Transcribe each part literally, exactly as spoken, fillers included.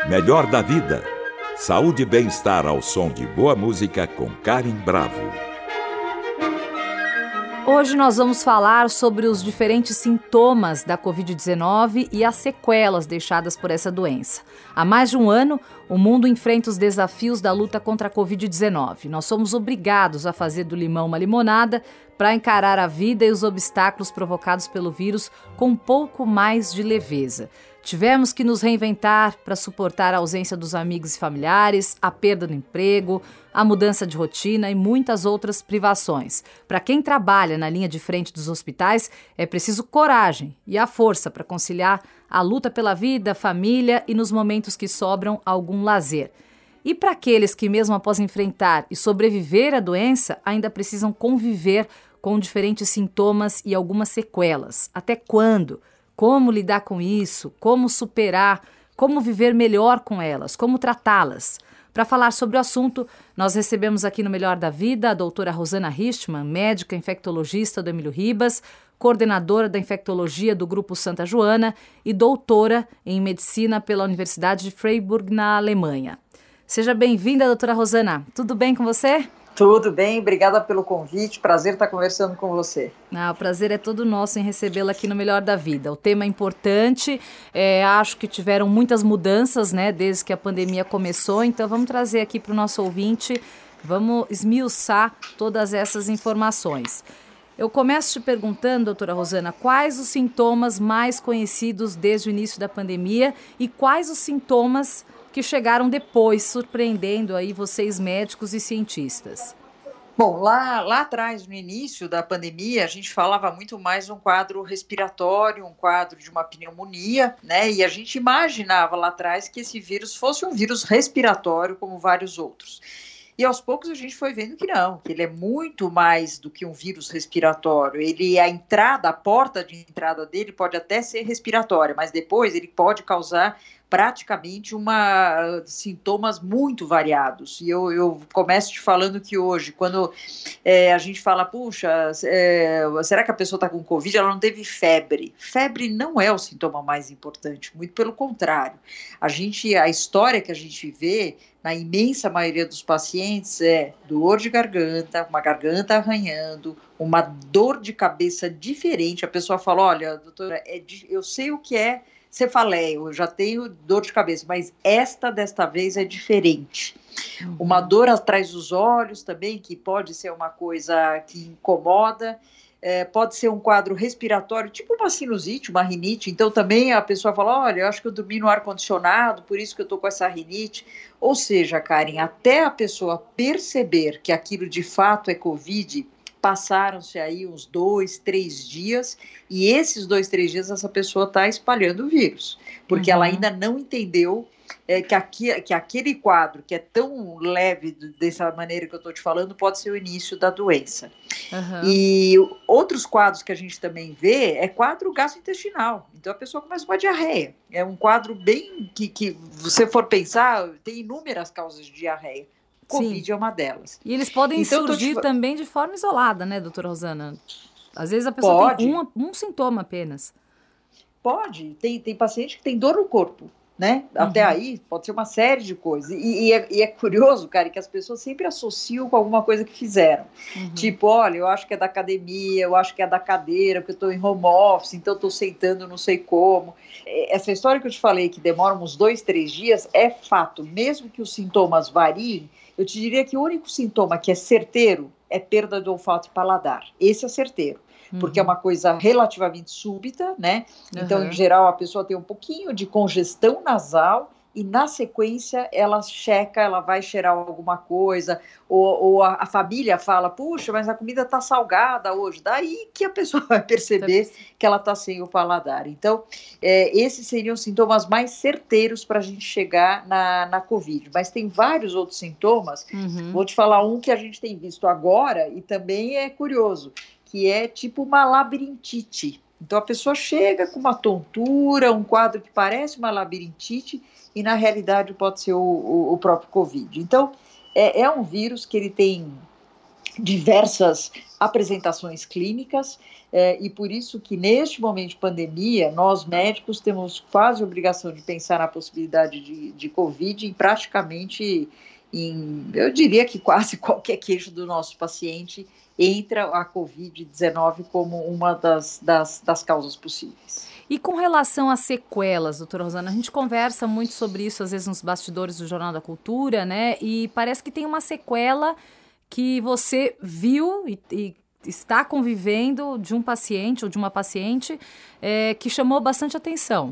Melhor da Vida. Saúde e bem-estar ao som de boa música com Karen Bravo. Hoje nós vamos falar sobre os diferentes sintomas da covid dezenove e as sequelas deixadas por essa doença. Há mais de um ano, o mundo enfrenta os desafios da luta contra a covid dezenove. Nós somos obrigados a fazer do limão uma limonada para encarar a vida e os obstáculos provocados pelo vírus com um pouco mais de leveza. Tivemos que nos reinventar para suportar a ausência dos amigos e familiares, a perda do emprego, a mudança de rotina e muitas outras privações. Para quem trabalha na linha de frente dos hospitais, é preciso coragem e a força para conciliar a luta pela vida, família e nos momentos que sobram algum lazer. E para aqueles que, mesmo após enfrentar e sobreviver à doença, ainda precisam conviver com diferentes sintomas e algumas sequelas. Até quando? Como lidar com isso? Como superar? Como viver melhor com elas? Como tratá-las? Para falar sobre o assunto, nós recebemos aqui no Melhor da Vida a doutora Rosana Richtmann, médica infectologista do Emílio Ribas, coordenadora da infectologia do Grupo Santa Joana e doutora em medicina pela Universidade de Freiburg, na Alemanha. Seja bem-vinda, doutora Rosana. Tudo bem com você? Tudo bem, obrigada pelo convite, prazer estar conversando com você. Ah, o prazer é todo nosso em recebê-la aqui no Melhor da Vida. O tema é importante, é, acho que tiveram muitas mudanças, né, desde que a pandemia começou, então vamos trazer aqui para o nosso ouvinte, vamos esmiuçar todas essas informações. Eu começo te perguntando, doutora Rosana, quais os sintomas mais conhecidos desde o início da pandemia e quais os sintomas que chegaram depois, surpreendendo aí vocês médicos e cientistas? Bom, lá, lá atrás, no início da pandemia, a gente falava muito mais de um quadro respiratório, um quadro de uma pneumonia, né? E a gente imaginava lá atrás que esse vírus fosse um vírus respiratório, como vários outros. E aos poucos a gente foi vendo que não, que ele é muito mais do que um vírus respiratório. Ele, a entrada, a porta de entrada dele pode até ser respiratória, mas depois ele pode causar praticamente uma, sintomas muito variados. E eu, eu começo te falando que hoje, quando é, a gente fala, puxa, é, será que a pessoa está com Covid? Ela não teve febre. Febre não é o sintoma mais importante, muito pelo contrário. A gente, a história que a gente vê, na imensa maioria dos pacientes, é dor de garganta, uma garganta arranhando, uma dor de cabeça diferente. A pessoa fala, olha, doutora, é, eu sei o que é cefaleia, eu já tenho dor de cabeça, mas esta desta vez é diferente. Uhum. Uma dor atrás dos olhos também, que pode ser uma coisa que incomoda, é, pode ser um quadro respiratório, tipo uma sinusite, uma rinite, então também a pessoa fala, olha, eu acho que eu dormi no ar-condicionado, por isso que eu estou com essa rinite. Ou seja, Karen, até a pessoa perceber que aquilo de fato é Covid, passaram-se aí uns dois, três dias, e esses dois, três dias essa pessoa está espalhando o vírus, porque uhum. ela ainda não entendeu é, que, aqui, que aquele quadro, que é tão leve dessa maneira que eu estou te falando, pode ser o início da doença. Uhum. E outros quadros que a gente também vê é quadro gastrointestinal, então a pessoa começa com uma diarreia, é um quadro bem, que, que você for pensar, tem inúmeras causas de diarreia. Covid Sim. é uma delas. E eles podem então, surgir te... também de forma isolada, né, doutora Rosana? Às vezes a pessoa Pode. tem um, um sintoma apenas. Pode. Tem, tem paciente que tem dor no corpo, né? Uhum. Até aí pode ser uma série de coisas. E, e, é, e é curioso, cara, que as pessoas sempre associam com alguma coisa que fizeram. Uhum. Tipo, olha, eu acho que é da academia, eu acho que é da cadeira, porque eu estou em home office, então eu estou sentando não sei como. Essa história que eu te falei, que demora uns dois, três dias, é fato. Mesmo que os sintomas variem, eu te diria que o único sintoma que é certeiro é perda do olfato e paladar. Esse é certeiro, uhum. porque é uma coisa relativamente súbita, né? Então, uhum. em geral, a pessoa tem um pouquinho de congestão nasal e, na sequência, ela checa, ela vai cheirar alguma coisa, ou, ou a, a família fala, puxa, mas a comida está salgada hoje. Daí que a pessoa vai perceber que ela está sem o paladar. Então, é, esses seriam os sintomas mais certeiros para a gente chegar na, na Covid. Mas tem vários outros sintomas. Uhum. Vou te falar um que a gente tem visto agora e também é curioso, que é tipo uma labirintite. Então, a pessoa chega com uma tontura, um quadro que parece uma labirintite, e na realidade pode ser o, o, o próprio Covid. Então, é, é um vírus que ele tem diversas apresentações clínicas, é, e por isso que neste momento de pandemia, nós médicos temos quase obrigação de pensar na possibilidade de, de Covid em praticamente, em, eu diria que quase qualquer queixo do nosso paciente entra a covid dezenove como uma das, das, das causas possíveis. E com relação às sequelas, doutora Rosana, a gente conversa muito sobre isso, às vezes nos bastidores do Jornal da Cultura, né? E parece que tem uma sequela que você viu e, e está convivendo de um paciente ou de uma paciente é, que chamou bastante atenção.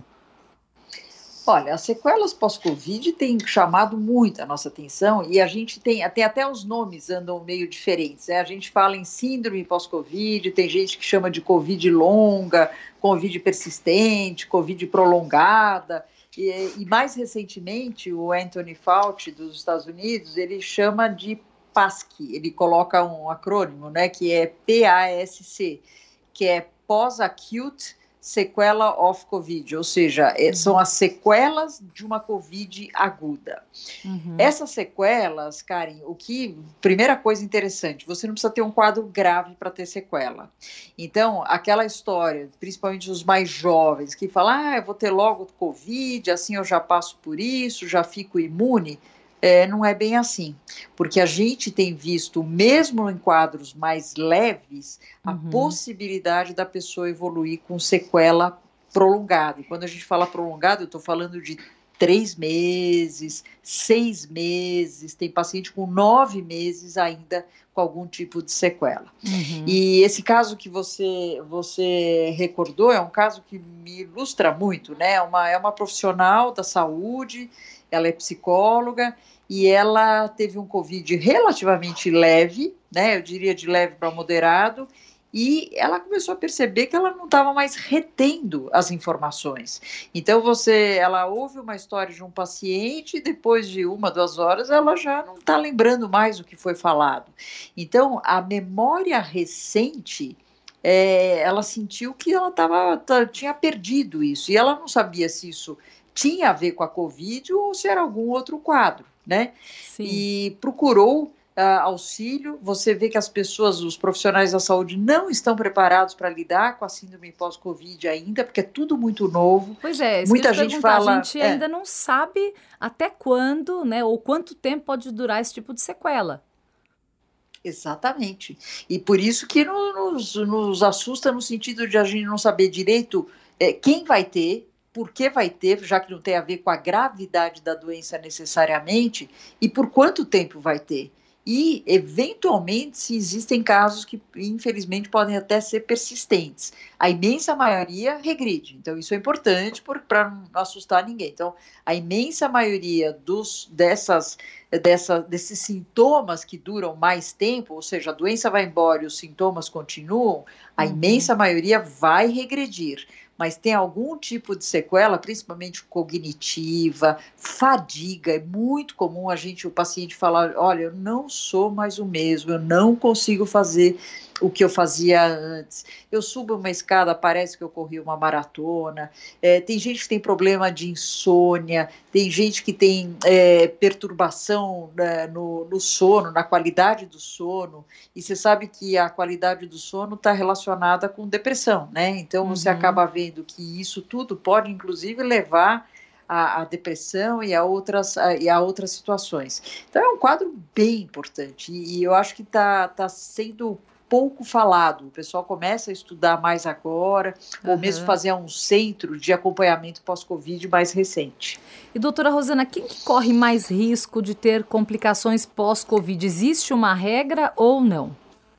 Olha, as sequelas pós-Covid têm chamado muito a nossa atenção e a gente tem, tem até os nomes andam meio diferentes, né? A gente fala em síndrome pós-Covid, tem gente que chama de Covid longa, Covid persistente, Covid prolongada, e, e mais recentemente o Anthony Fauci dos Estados Unidos, ele chama de P A S C, ele coloca um acrônimo, né, que é P A S C, que é Post-Acute Sequela of Covid, ou seja, é, são as sequelas de uma Covid aguda. Uhum. Essas sequelas, Karen, o que, primeira coisa interessante, você não precisa ter um quadro grave para ter sequela. Então, aquela história, principalmente os mais jovens, que falam, ah, eu vou ter logo Covid, assim eu já passo por isso, já fico imune. É, não é bem assim, porque a gente tem visto, mesmo em quadros mais leves, a uhum. possibilidade da pessoa evoluir com sequela prolongada. E quando a gente fala prolongada, eu estou falando de três meses, seis meses, tem paciente com nove meses ainda com algum tipo de sequela. Uhum. E esse caso que você, você recordou é um caso que me ilustra muito, né? Uma, é uma profissional da saúde, ela é psicóloga, e ela teve um Covid relativamente leve, né, eu diria de leve para moderado, e ela começou a perceber que ela não estava mais retendo as informações. Então, você, ela ouve uma história de um paciente e depois de uma, duas horas, ela já não está lembrando mais o que foi falado. Então, a memória recente, é, ela sentiu que ela tava, tinha perdido isso, e ela não sabia se isso tinha a ver com a Covid ou se era algum outro quadro, né? Sim. E procurou uh, auxílio. Você vê que as pessoas, os profissionais da saúde não estão preparados para lidar com a síndrome pós-Covid ainda, porque é tudo muito novo. Pois é, isso muita que eu gente fala. A gente é. ainda não sabe até quando, né, ou quanto tempo pode durar esse tipo de sequela. Exatamente. E por isso que nos, nos assusta no sentido de a gente não saber direito é, quem vai ter, por que vai ter, já que não tem a ver com a gravidade da doença necessariamente, e por quanto tempo vai ter. E, eventualmente, se existem casos que, infelizmente, podem até ser persistentes. A imensa maioria regride. Então, isso é importante para não assustar ninguém. Então, a imensa maioria dos, dessas, dessa, desses sintomas que duram mais tempo, ou seja, a doença vai embora e os sintomas continuam, a uhum. imensa maioria vai regredir. Mas tem algum tipo de sequela, principalmente cognitiva, fadiga. É muito comum a gente, o paciente falar, olha, eu não sou mais o mesmo, eu não consigo fazer o que eu fazia antes. Eu subo uma escada, parece que eu corri uma maratona. É, tem gente que tem problema de insônia, tem gente que tem é, perturbação né, no, no sono, na qualidade do sono. E você sabe que a qualidade do sono está relacionada com depressão, né? Então, uhum. você acaba vendo que isso tudo pode, inclusive, levar a, a depressão e a, outras, a, e a outras situações. Então, é um quadro bem importante. E, e eu acho que está tá sendo pouco falado, o pessoal começa a estudar mais agora, uhum. ou mesmo fazer um centro de acompanhamento pós-Covid mais recente. E doutora Rosana, quem que corre mais risco de ter complicações pós-Covid? Existe uma regra ou não?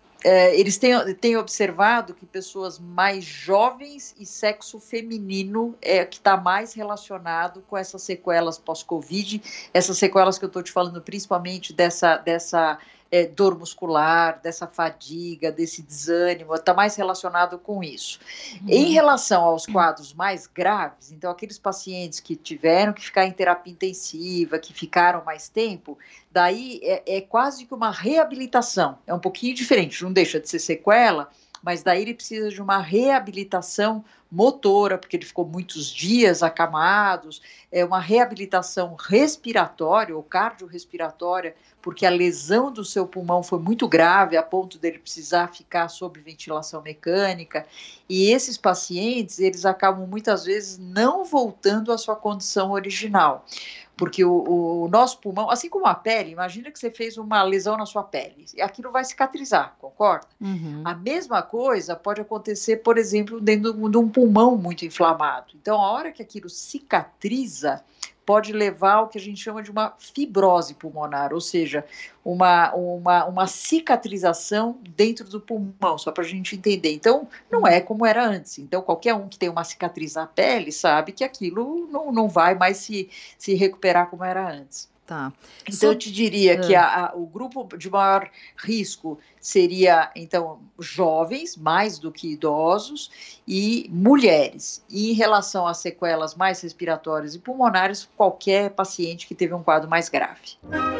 É, eles têm, têm observado que pessoas mais jovens e sexo feminino é que está mais relacionado com essas sequelas pós-Covid, essas sequelas que eu estou te falando principalmente dessa, dessa é, dor muscular, dessa fadiga, desse desânimo, está mais relacionado com isso. Uhum. Em relação aos quadros mais graves, então aqueles pacientes que tiveram que ficar em terapia intensiva, que ficaram mais tempo, daí é, é quase que uma reabilitação, é um pouquinho diferente, não deixa de ser sequela, mas daí ele precisa de uma reabilitação motora, porque ele ficou muitos dias acamados, é uma reabilitação respiratória ou cardiorrespiratória, porque a lesão do seu pulmão foi muito grave, a ponto dele precisar ficar sob ventilação mecânica, e esses pacientes, eles acabam muitas vezes não voltando à sua condição original. Porque o, o nosso pulmão, assim como a pele, imagina que você fez uma lesão na sua pele, e aquilo vai cicatrizar, concorda? Uhum. A mesma coisa pode acontecer, por exemplo, dentro de um pulmão muito inflamado. Então, a hora que aquilo cicatriza, pode levar ao que a gente chama de uma fibrose pulmonar, ou seja, uma, uma, uma cicatrização dentro do pulmão, só para a gente entender. Então, não é como era antes. Então, qualquer um que tem uma cicatriz na pele sabe que aquilo não, não vai mais se, se recuperar como era antes. Tá. Então, So... eu te diria que a, a, o grupo de maior risco seria, então, jovens, mais do que idosos, e mulheres. E em relação às sequelas mais respiratórias e pulmonares, qualquer paciente que teve um quadro mais grave.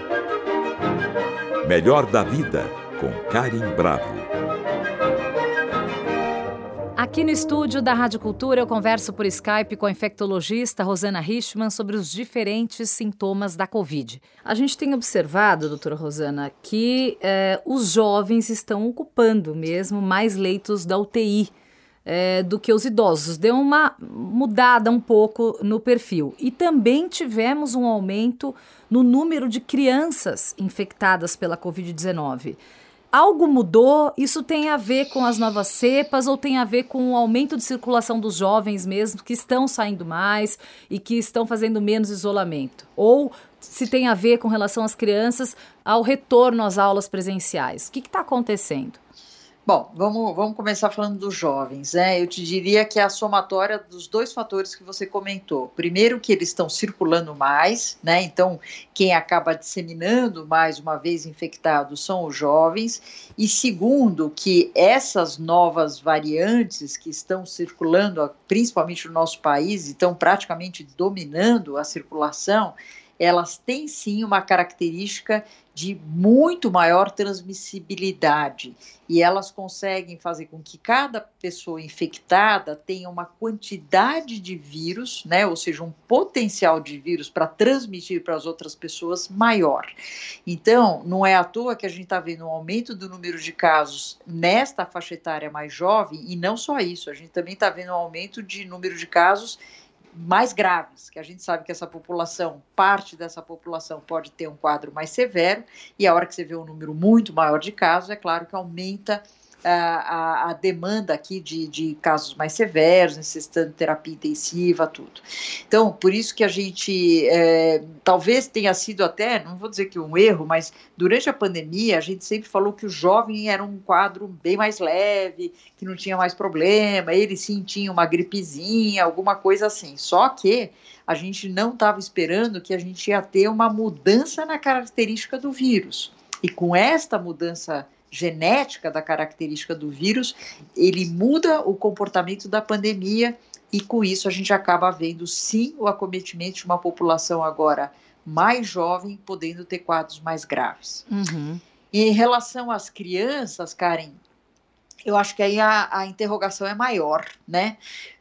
Melhor da Vida, com Karen Bravo. Aqui no estúdio da Rádio Cultura, eu converso por Skype com a infectologista Rosana Richman sobre os diferentes sintomas da Covid. A gente tem observado, doutora Rosana, que eh, os jovens estão ocupando mesmo mais leitos da U T I eh, do que os idosos. Deu uma mudada um pouco no perfil. E também tivemos um aumento no número de crianças infectadas pela covid dezenove. Algo mudou? Isso tem a ver com as novas cepas ou tem a ver com o aumento de circulação dos jovens mesmo, que estão saindo mais e que estão fazendo menos isolamento? Ou se tem a ver com relação às crianças, ao retorno às aulas presenciais? O que está acontecendo? Bom, vamos, vamos começar falando dos jovens, né? Eu te diria que é a somatória dos dois fatores que você comentou. Primeiro, que eles estão circulando mais, né? Então, quem acaba disseminando mais uma vez infectados são os jovens. E segundo, que essas novas variantes que estão circulando, principalmente no nosso país, e estão praticamente dominando a circulação, elas têm sim uma característica de muito maior transmissibilidade e elas conseguem fazer com que cada pessoa infectada tenha uma quantidade de vírus, né, ou seja, um potencial de vírus para transmitir para as outras pessoas maior. Então, não é à toa que a gente está vendo um aumento do número de casos nesta faixa etária mais jovem e não só isso, a gente também está vendo um aumento de número de casos mais graves, que a gente sabe que essa população, parte dessa população pode ter um quadro mais severo, e a hora que você vê um número muito maior de casos, é claro que aumenta a, a, a demanda aqui de, de casos mais severos, necessitando terapia intensiva, tudo. Então, por isso que a gente, é, talvez tenha sido até, não vou dizer que um erro, mas durante a pandemia, a gente sempre falou que o jovem era um quadro bem mais leve, que não tinha mais problema, ele sim tinha uma gripezinha, alguma coisa assim. Só que a gente não estava esperando que a gente ia ter uma mudança na característica do vírus. E com esta mudança genética da característica do vírus, ele muda o comportamento da pandemia e com isso a gente acaba vendo sim o acometimento de uma população agora mais jovem, podendo ter quadros mais graves. Uhum. E em relação às crianças, Karen, eu acho que aí a, a interrogação é maior, né?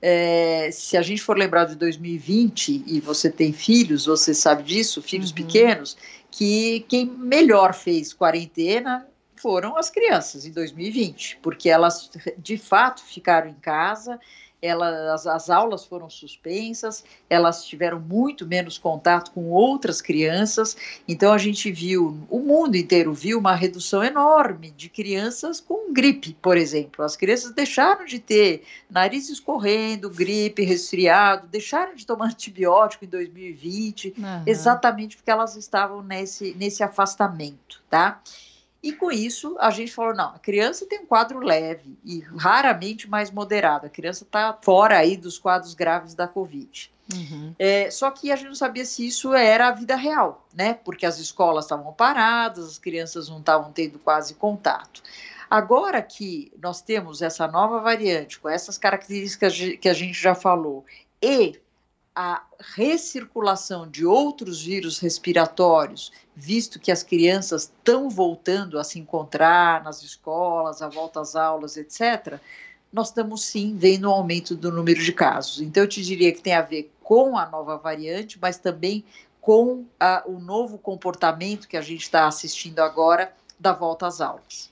É, se a gente for lembrar de dois mil e vinte, e você tem filhos, você sabe disso, filhos uhum. pequenos, que quem melhor fez quarentena foram as crianças em dois mil e vinte, porque elas de fato ficaram em casa, elas, as aulas foram suspensas, elas tiveram muito menos contato com outras crianças, então a gente viu, o mundo inteiro viu uma redução enorme de crianças com gripe, por exemplo. As crianças deixaram de ter nariz escorrendo, gripe, resfriado, deixaram de tomar antibiótico em dois mil e vinte, uhum. exatamente porque elas estavam nesse, nesse afastamento, tá? E com isso, a gente falou, não, a criança tem um quadro leve e raramente mais moderado. A criança está fora aí dos quadros graves da Covid. Uhum. É, só que a gente não sabia se isso era a vida real, né? Porque as escolas estavam paradas, as crianças não estavam tendo quase contato. Agora que nós temos essa nova variante, com essas características que a gente já falou, e a recirculação de outros vírus respiratórios, visto que as crianças estão voltando a se encontrar nas escolas, a volta às aulas, etcétera, nós estamos sim vendo um aumento do número de casos. Então eu te diria que tem a ver com a nova variante, mas também com a, o novo comportamento que a gente está assistindo agora da volta às aulas.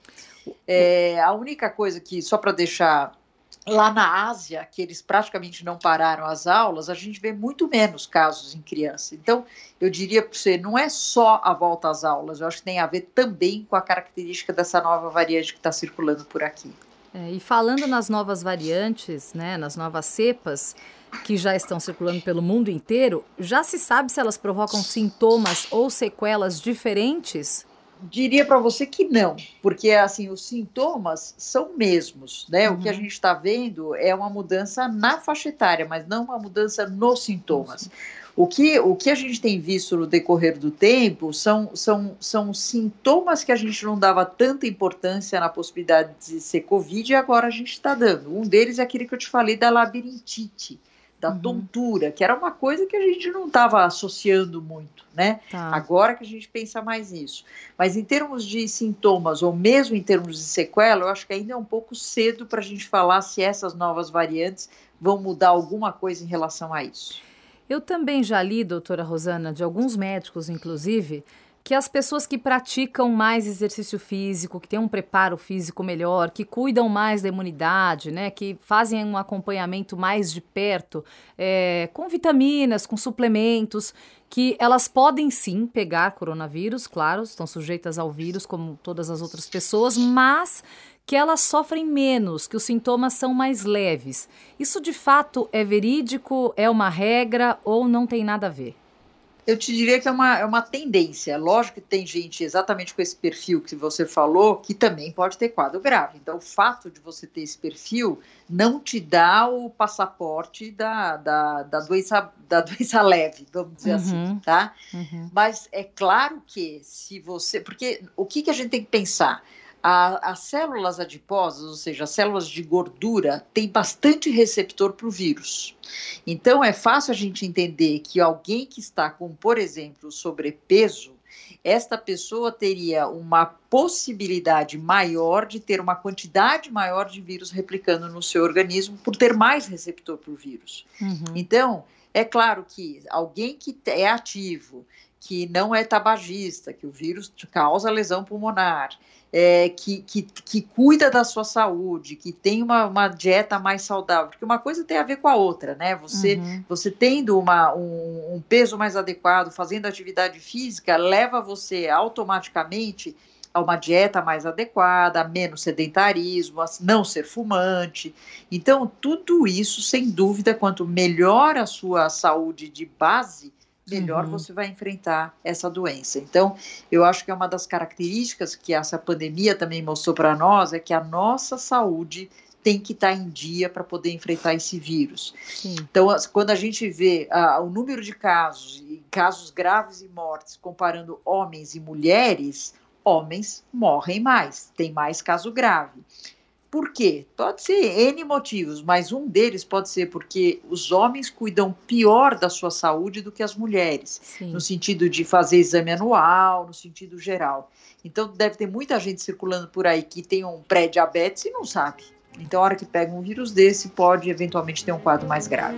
É, a única coisa que, só para deixar, lá na Ásia, que eles praticamente não pararam as aulas, a gente vê muito menos casos em criança. Então, eu diria para você, não é só a volta às aulas, eu acho que tem a ver também com a característica dessa nova variante que está circulando por aqui. É, e falando nas novas variantes, né, nas novas cepas, que já estão circulando pelo mundo inteiro, já se sabe se elas provocam sintomas ou sequelas diferentes? Diria para você que não, porque assim, os sintomas são mesmos, né? Uhum. O que a gente está vendo é uma mudança na faixa etária, mas não uma mudança nos sintomas. Uhum. O que, o que a gente tem visto no decorrer do tempo são, são, são sintomas que a gente não dava tanta importância na possibilidade de ser Covid e agora a gente está dando. Um deles é aquele que eu te falei da labirintite, da uhum. tontura, que era uma coisa que a gente não estava associando muito, né? Tá. Agora que a gente pensa mais nisso. Mas em termos de sintomas, ou mesmo em termos de sequela, eu acho que ainda é um pouco cedo para a gente falar se essas novas variantes vão mudar alguma coisa em relação a isso. Eu também já li, doutora Rosana, de alguns médicos, inclusive, que as pessoas que praticam mais exercício físico, que têm um preparo físico melhor, que cuidam mais da imunidade, né, que fazem um acompanhamento mais de perto, é, com vitaminas, com suplementos, que elas podem sim pegar coronavírus, claro, estão sujeitas ao vírus como todas as outras pessoas, mas que elas sofrem menos, que os sintomas são mais leves. Isso de fato é verídico, é uma regra ou não tem nada a ver? Eu te diria que é uma, é uma tendência. Lógico que tem gente exatamente com esse perfil que você falou, que também pode ter quadro grave. Então, o fato de você ter esse perfil não te dá o passaporte da, da, da, doença, da doença leve, vamos dizer uhum. assim, tá? Uhum. Mas é claro que se você... Porque o que, que a gente tem que pensar? A, as células adiposas, ou seja, as células de gordura, têm bastante receptor para o vírus. Então, é fácil a gente entender que alguém que está com, por exemplo, sobrepeso, esta pessoa teria uma possibilidade maior de ter uma quantidade maior de vírus replicando no seu organismo por ter mais receptor para o vírus. Uhum. Então, é claro que alguém que é ativo, que não é tabagista, que o vírus causa lesão pulmonar, é, que, que, que cuida da sua saúde, que tem uma, uma dieta mais saudável, porque uma coisa tem a ver com a outra, né? Você, uhum. você tendo uma, um, um peso mais adequado, fazendo atividade física, leva você automaticamente a uma dieta mais adequada, a menos sedentarismo, a não ser fumante. Então, tudo isso, sem dúvida, quanto melhor a sua saúde de base, melhor uhum. você vai enfrentar essa doença. Então, eu acho que é uma das características que essa pandemia também mostrou para nós, é que a nossa saúde tem que estar em dia para poder enfrentar esse vírus. Sim. Então, quando a gente vê ah, o número de casos, e casos graves e mortes, comparando homens e mulheres, homens morrem mais, tem mais caso grave. Por quê? Pode ser N motivos, mas um deles pode ser porque os homens cuidam pior da sua saúde do que as mulheres, Sim. no sentido de fazer exame anual, no sentido geral. Então, deve ter muita gente circulando por aí que tem um pré-diabetes e não sabe. Então, a hora que pega um vírus desse, pode eventualmente ter um quadro mais grave.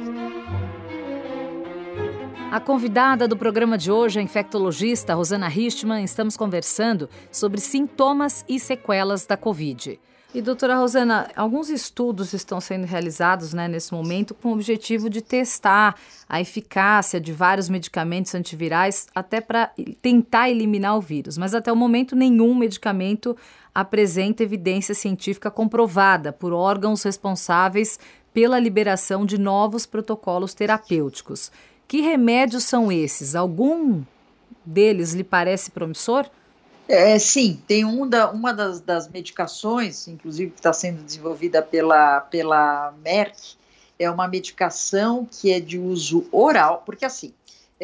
A convidada do programa de hoje é a infectologista Rosana Richtmann. Estamos conversando sobre sintomas e sequelas da Covid. E, doutora Rosana, alguns estudos estão sendo realizados, né, nesse momento com o objetivo de testar a eficácia de vários medicamentos antivirais até para tentar eliminar o vírus. Mas até o momento nenhum medicamento apresenta evidência científica comprovada por órgãos responsáveis pela liberação de novos protocolos terapêuticos. Que remédios são esses? Algum deles lhe parece promissor? É, sim, tem um da, uma das, das medicações, inclusive que está sendo desenvolvida pela, pela Merck, é uma medicação que é de uso oral, porque assim,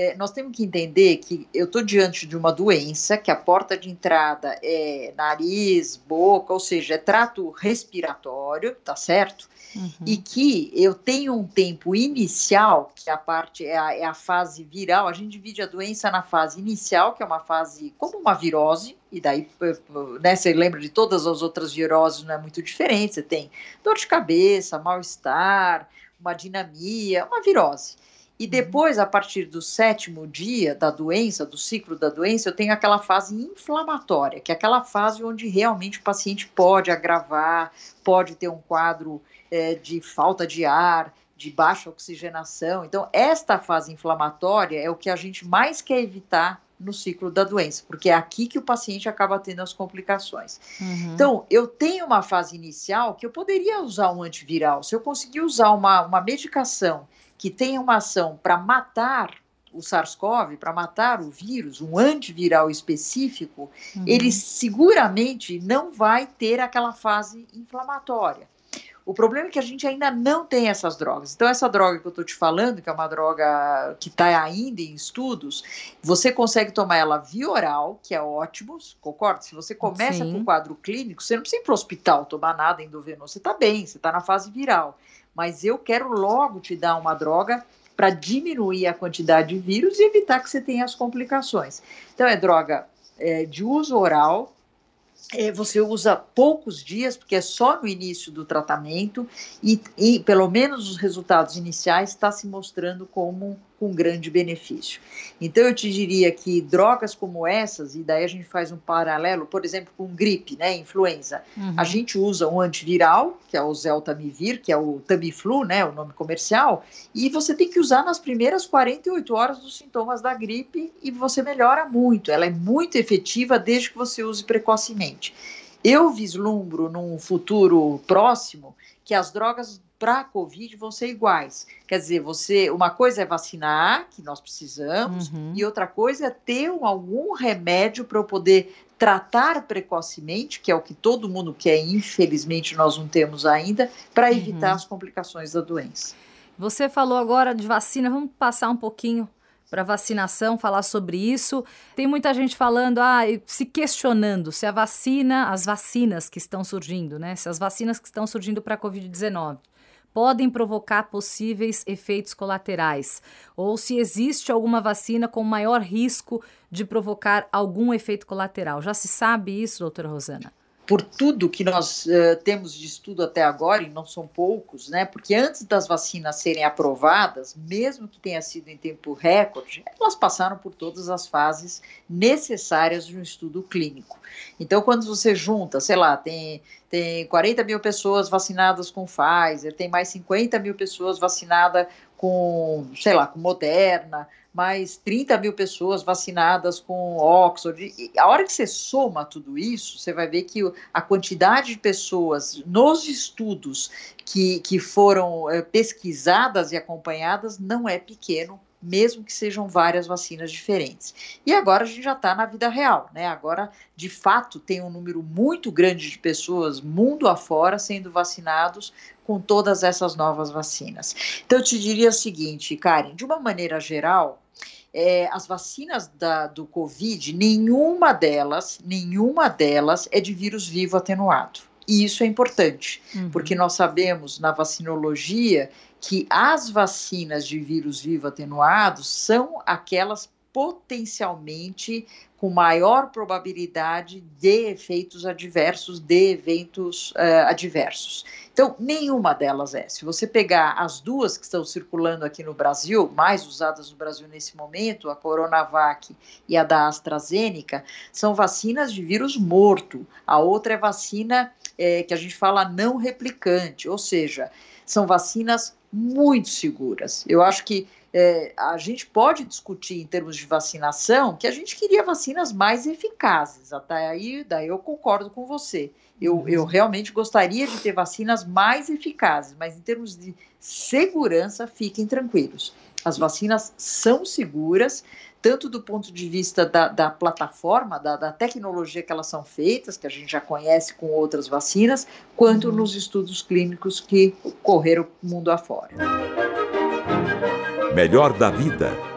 é, nós temos que entender que eu estou diante de uma doença, que a porta de entrada é nariz, boca, ou seja, é trato respiratório, tá certo? Uhum. E que eu tenho um tempo inicial, que a parte é a, é a fase viral. A gente divide a doença na fase inicial, que é uma fase como uma virose, e daí, né, você lembra de todas as outras viroses, não é muito diferente, você tem dor de cabeça, mal-estar, uma dinamia, uma virose. E depois, a partir do sétimo dia da doença, do ciclo da doença, eu tenho aquela fase inflamatória, que é aquela fase onde realmente o paciente pode agravar, pode ter um quadro é, de falta de ar, de baixa oxigenação. Então, esta fase inflamatória é o que a gente mais quer evitar no ciclo da doença, porque é aqui que o paciente acaba tendo as complicações. Uhum. Então, eu tenho uma fase inicial que eu poderia usar um antiviral. Se eu conseguir usar uma, uma medicação que tenha uma ação para matar o SARS-CoV, para matar o vírus, um antiviral específico, uhum. ele seguramente não vai ter aquela fase inflamatória. O problema é que a gente ainda não tem essas drogas. Então, essa droga que eu estou te falando, que é uma droga que está ainda em estudos, você consegue tomar ela via oral, que é ótimo, concorda? Se você começa Sim. com quadro clínico, você não precisa ir para o hospital tomar nada endovenoso, você está bem, você está na fase viral. Mas eu quero logo te dar uma droga para diminuir a quantidade de vírus e evitar que você tenha as complicações. Então, é droga é, de uso oral. É, você usa poucos dias, porque é só no início do tratamento, e, e pelo menos os resultados iniciais está se mostrando como com grande benefício. Então, eu te diria que drogas como essas, e daí a gente faz um paralelo, por exemplo, com gripe, né, influenza, uhum. a gente usa um antiviral, que é o Zeltamivir, que é o Tamiflu, né, o nome comercial, e você tem que usar nas primeiras quarenta e oito horas dos sintomas da gripe, e você melhora muito. Ela é muito efetiva desde que você use precocemente. Eu vislumbro num futuro próximo que as drogas para a Covid vão ser iguais. Quer dizer, você, uma coisa é vacinar, que nós precisamos, uhum. e outra coisa é ter um, algum remédio para eu poder tratar precocemente, que é o que todo mundo quer, infelizmente nós não temos ainda, para evitar uhum. as complicações da doença. Você falou agora de vacina, vamos passar um pouquinho para vacinação, falar sobre isso. Tem muita gente falando, ah, se questionando se a vacina, as vacinas que estão surgindo, né, se as vacinas que estão surgindo para a covid dezenove podem provocar possíveis efeitos colaterais, ou se existe alguma vacina com maior risco de provocar algum efeito colateral. Já se sabe isso, doutora Rosana? Por tudo que nós uh, temos de estudo até agora, e não são poucos, né? Porque antes das vacinas serem aprovadas, mesmo que tenha sido em tempo recorde, elas passaram por todas as fases necessárias de um estudo clínico. Então, quando você junta, sei lá, tem, tem quarenta mil pessoas vacinadas com Pfizer, tem mais cinquenta mil pessoas vacinadas com, sei lá, com Moderna, mais trinta mil pessoas vacinadas com Oxford. E a hora que você soma tudo isso, você vai ver que a quantidade de pessoas nos estudos que, que foram é, pesquisadas e acompanhadas não é pequeno, mesmo que sejam várias vacinas diferentes. E agora a gente já está na vida real, né? Agora, de fato, tem um número muito grande de pessoas, mundo afora, sendo vacinados com todas essas novas vacinas. Então, eu te diria o seguinte, Karen, de uma maneira geral, é, as vacinas da, do Covid, nenhuma delas, nenhuma delas é de vírus vivo atenuado. E isso é importante, uhum. porque nós sabemos na vacinologia que as vacinas de vírus vivo atenuado são aquelas potencialmente com maior probabilidade de efeitos adversos, de eventos uh, adversos. Então, nenhuma delas é. Se você pegar as duas que estão circulando aqui no Brasil, mais usadas no Brasil nesse momento, a Coronavac e a da AstraZeneca, são vacinas de vírus morto. A outra é vacina é, que a gente fala não replicante, ou seja, são vacinas muito seguras. Eu acho que é, a gente pode discutir em termos de vacinação que a gente queria vacinas mais eficazes. Até aí, daí eu concordo com você. Eu, uhum. eu realmente gostaria de ter vacinas mais eficazes, mas em termos de segurança, fiquem tranquilos. As vacinas são seguras, tanto do ponto de vista da, da plataforma, da, da tecnologia que elas são feitas, que a gente já conhece com outras vacinas, quanto uhum. nos estudos clínicos que correram mundo afora. Melhor da Vida.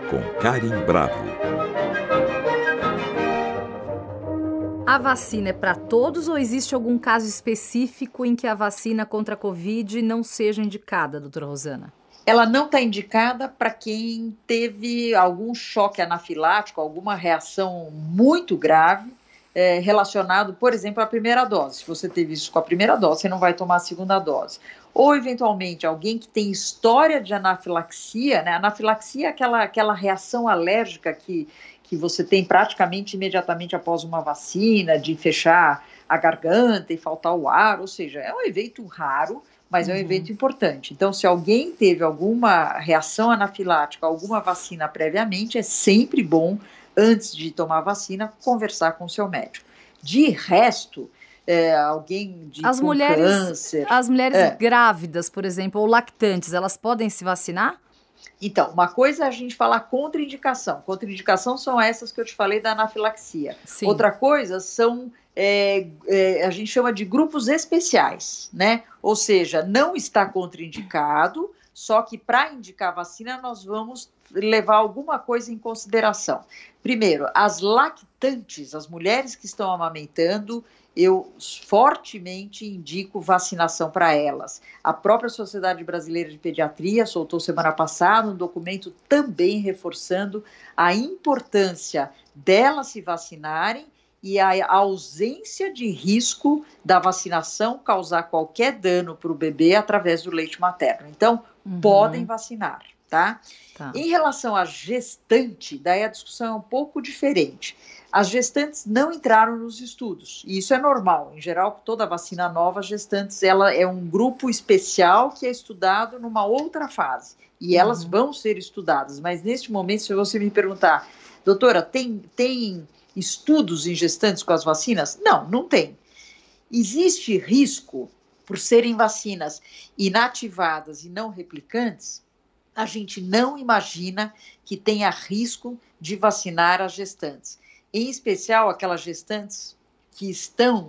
com Karen Bravo. A vacina é para todos ou existe algum caso específico em que a vacina contra a Covid não seja indicada, doutora Rosana? Ela não está indicada para quem teve algum choque anafilático, alguma reação muito grave é, relacionado, por exemplo, à primeira dose. Se você teve isso com a primeira dose, você não vai tomar a segunda dose. Ou, eventualmente, alguém que tem história de anafilaxia, né? Anafilaxia é aquela, aquela reação alérgica que, que você tem praticamente imediatamente após uma vacina, de fechar a garganta e faltar o ar, ou seja, é um evento raro, mas é um evento importante. Então, se alguém teve alguma reação anafilática, alguma vacina previamente, é sempre bom, antes de tomar a vacina, conversar com o seu médico. De resto, é, alguém de as com mulheres, câncer... As mulheres é. grávidas, por exemplo, ou lactantes, elas podem se vacinar? Então, uma coisa é a gente falar contraindicação. Contraindicação são essas que eu te falei da anafilaxia. Sim. Outra coisa são... É, é, a gente chama de grupos especiais, né? Ou seja, não está contraindicado, só que para indicar a vacina nós vamos levar alguma coisa em consideração. Primeiro, as lactantes, as mulheres que estão amamentando, eu fortemente indico vacinação para elas. A própria Sociedade Brasileira de Pediatria soltou semana passada um documento também reforçando a importância delas se vacinarem e a ausência de risco da vacinação causar qualquer dano para o bebê através do leite materno. Então, uhum. podem vacinar, tá? tá? Em relação à gestante, daí a discussão é um pouco diferente. As gestantes não entraram nos estudos, e isso é normal. Em geral, toda vacina nova, gestantes, ela é um grupo especial que é estudado numa outra fase, e elas uhum. vão ser estudadas. Mas, neste momento, se você me perguntar, doutora, tem... tem estudos em gestantes com as vacinas? Não, não tem. Existe risco, por serem vacinas inativadas e não replicantes, a gente não imagina que tenha risco de vacinar as gestantes. Em especial, aquelas gestantes que estão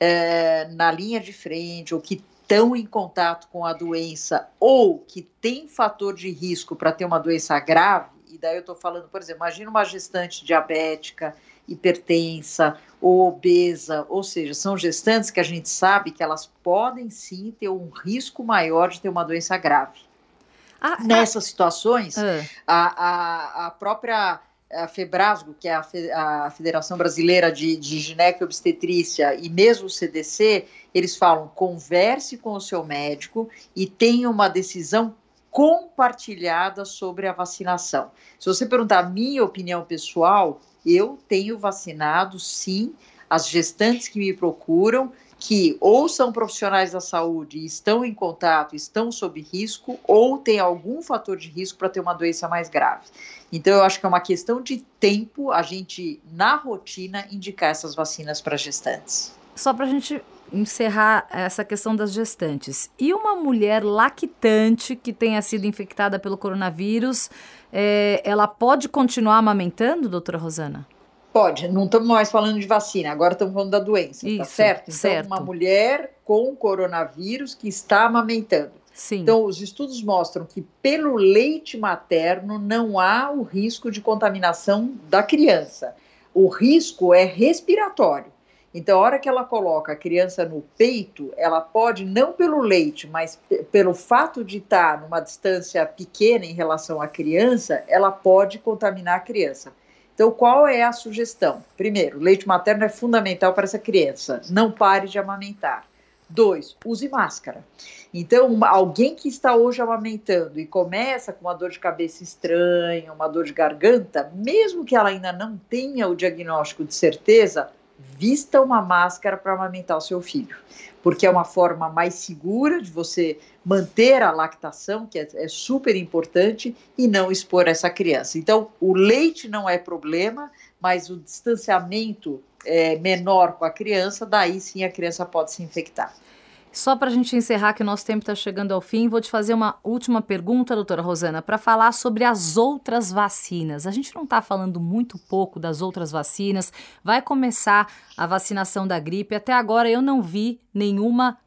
é, na linha de frente ou que estão em contato com a doença ou que têm fator de risco para ter uma doença grave, e daí eu estou falando, por exemplo, imagina uma gestante diabética, hipertensa ou obesa, ou seja, são gestantes que a gente sabe que elas podem sim ter um risco maior de ter uma doença grave. Ah, Nessas ah, situações, ah. A, a, a própria a Febrasgo, que é a, Fe, a Federação Brasileira de, de Gineco e Obstetrícia, e mesmo o C D C, eles falam, converse com o seu médico e tenha uma decisão compartilhada sobre a vacinação. Se você perguntar a minha opinião pessoal, eu tenho vacinado, sim, as gestantes que me procuram, que ou são profissionais da saúde e estão em contato, estão sob risco, ou tem algum fator de risco para ter uma doença mais grave. Então, eu acho que é uma questão de tempo a gente, na rotina, indicar essas vacinas para gestantes. Só para a gente encerrar essa questão das gestantes. E uma mulher lactante que tenha sido infectada pelo coronavírus, é, ela pode continuar amamentando, doutora Rosana? Pode, não estamos mais falando de vacina, agora estamos falando da doença, Isso, tá certo? Então, certo. uma mulher com coronavírus que está amamentando. Sim. Então, os estudos mostram que pelo leite materno não há o risco de contaminação da criança. O risco é respiratório. Então, a hora que ela coloca a criança no peito, ela pode, não pelo leite, mas p- pelo fato de estar numa distância pequena em relação à criança, ela pode contaminar a criança. Então, qual é a sugestão? Primeiro, o leite materno é fundamental para essa criança. Não pare de amamentar. Dois, use máscara. Então, alguém que está hoje amamentando e começa com uma dor de cabeça estranha, uma dor de garganta, mesmo que ela ainda não tenha o diagnóstico de certeza, vista uma máscara para amamentar o seu filho, porque é uma forma mais segura de você manter a lactação, que é, é super importante, e não expor essa criança. Então, o leite não é problema, mas o distanciamento é menor com a criança, daí sim a criança pode se infectar. Só para a gente encerrar, que o nosso tempo está chegando ao fim, vou te fazer uma última pergunta, doutora Rosana, para falar sobre as outras vacinas. A gente não está falando muito pouco das outras vacinas, vai começar a vacinação da gripe, até agora eu não vi nenhuma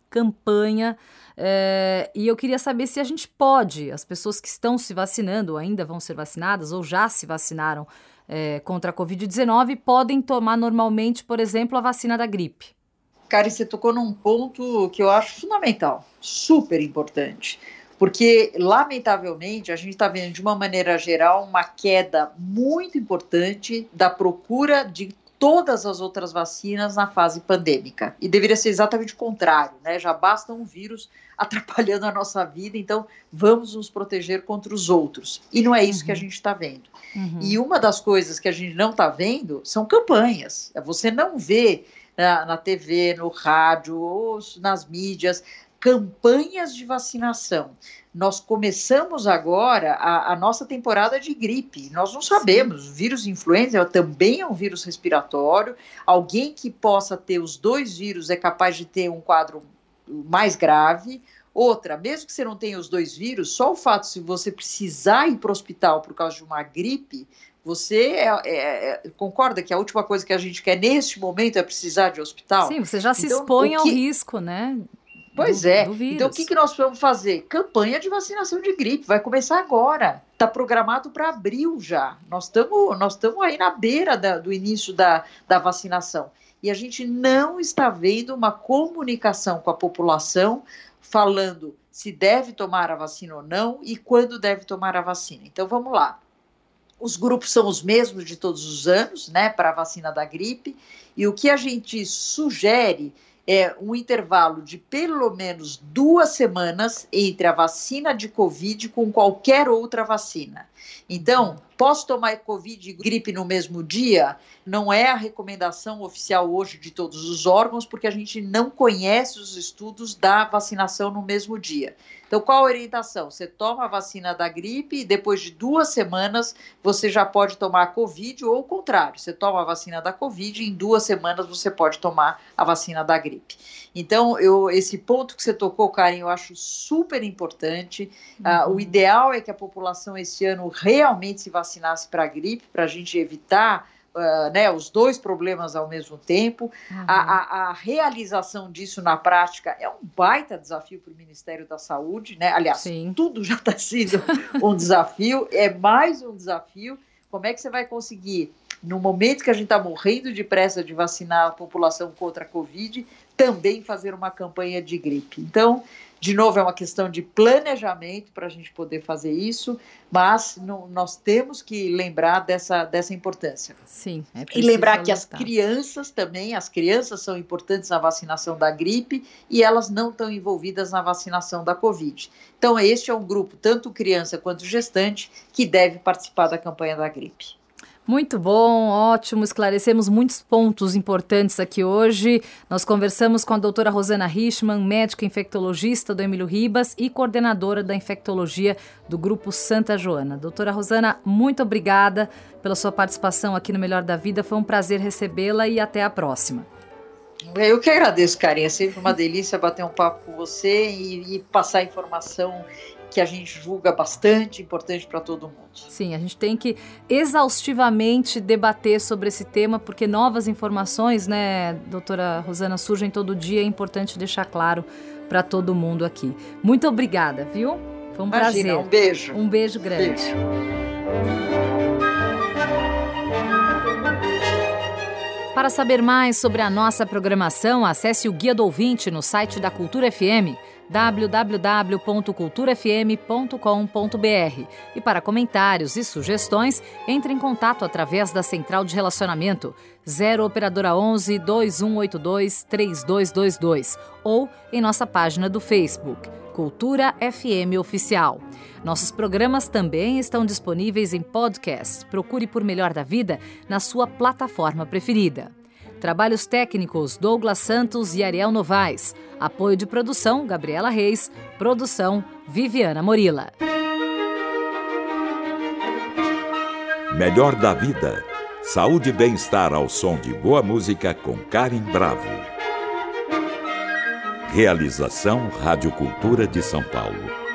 campanha. É, e eu queria saber se a gente pode, as pessoas que estão se vacinando, ou ainda vão ser vacinadas, ou já se vacinaram é, contra a covid dezenove, podem tomar normalmente, por exemplo, a vacina da gripe. Karen, você tocou num ponto que eu acho fundamental, super importante. Porque, lamentavelmente, a gente está vendo, de uma maneira geral, uma queda muito importante da procura de todas as outras vacinas na fase pandêmica. E deveria ser exatamente o contrário, né? Já basta um vírus atrapalhando a nossa vida, então vamos nos proteger contra os outros. E não é isso uhum. que a gente está vendo. Uhum. E uma das coisas que a gente não está vendo são campanhas. Você não vê na, na T V, no rádio, ou nas mídias, campanhas de vacinação. Nós começamos agora a, a nossa temporada de gripe. Nós não sabemos, Sim. o vírus influenza também é um vírus respiratório. Alguém que possa ter os dois vírus é capaz de ter um quadro mais grave. Outra, mesmo que você não tenha os dois vírus, só o fato de você precisar ir para o hospital por causa de uma gripe, você é, é, é, concorda que a última coisa que a gente quer neste momento é precisar de hospital? Sim, você já se então, expõe que... ao risco, né? Pois do, é, do então o que, que nós vamos fazer? Campanha de vacinação de gripe, vai começar agora, está programado para abril já, nós estamos nós estamos aí na beira da, do início da, da vacinação, e a gente não está vendo uma comunicação com a população falando se deve tomar a vacina ou não e quando deve tomar a vacina. Então vamos lá, os grupos são os mesmos de todos os anos, né, para a vacina da gripe, e o que a gente sugere é um intervalo de pelo menos duas semanas entre a vacina de Covid com qualquer outra vacina. Então, posso tomar Covid e gripe no mesmo dia? Não é a recomendação oficial hoje de todos os órgãos, porque a gente não conhece os estudos da vacinação no mesmo dia. Então, qual a orientação? Você toma a vacina da gripe e depois de duas semanas você já pode tomar a Covid, ou o contrário, você toma a vacina da Covid e em duas semanas você pode tomar a vacina da gripe. Então, eu, esse ponto que você tocou, Karen, eu acho super importante. Uhum. Uh, o ideal é que a população esse ano realmente se vacinasse para a gripe, para a gente evitar Uh, né, os dois problemas ao mesmo tempo. Uhum. A, a, a realização disso na prática é um baita desafio para o Ministério da Saúde, né? Aliás, Sim. tudo já está sendo um desafio, é mais um desafio. Como é que você vai conseguir, no momento que a gente está morrendo de pressa de vacinar a população contra a Covid, também fazer uma campanha de gripe? Então, de novo, é uma questão de planejamento para a gente poder fazer isso, mas não, nós temos que lembrar dessa, dessa importância. Sim, é preciso. E lembrar que as crianças também, as crianças são importantes na vacinação da gripe e elas não estão envolvidas na vacinação da Covid. Então, este é um grupo, tanto criança quanto gestante, que deve participar da campanha da gripe. Muito bom, ótimo, esclarecemos muitos pontos importantes aqui hoje. Nós conversamos com a doutora Rosana Richmann, médica infectologista do Emílio Ribas e coordenadora da infectologia do Grupo Santa Joana. Doutora Rosana, muito obrigada pela sua participação aqui no Melhor da Vida, foi um prazer recebê-la e até a próxima. Eu que agradeço, Karen, é sempre uma delícia bater um papo com você e, e passar informação que a gente julga bastante importante para todo mundo. Sim, a gente tem que exaustivamente debater sobre esse tema, porque novas informações, né, doutora Rosana, surgem todo dia, é importante deixar claro para todo mundo aqui. Muito obrigada, viu? Foi um Imagina, prazer. Um beijo. Um beijo grande. Beijo. Para saber mais sobre a nossa programação, acesse o Guia do Ouvinte no site da Cultura F M, w w w ponto cultura f m ponto com ponto b r. E para comentários e sugestões, entre em contato através da Central de Relacionamento zero operadora onze, dois um oito dois, três dois dois dois ou em nossa página do Facebook, Cultura F M Oficial. Nossos programas também estão disponíveis em podcast. Procure por Melhor da Vida na sua plataforma preferida. Trabalhos técnicos Douglas Santos e Ariel Novaes. Apoio de produção Gabriela Reis. Produção Viviana Morila. Melhor da Vida. Saúde e bem-estar ao som de boa música com Karen Bravo. Realização Rádio Cultura de São Paulo.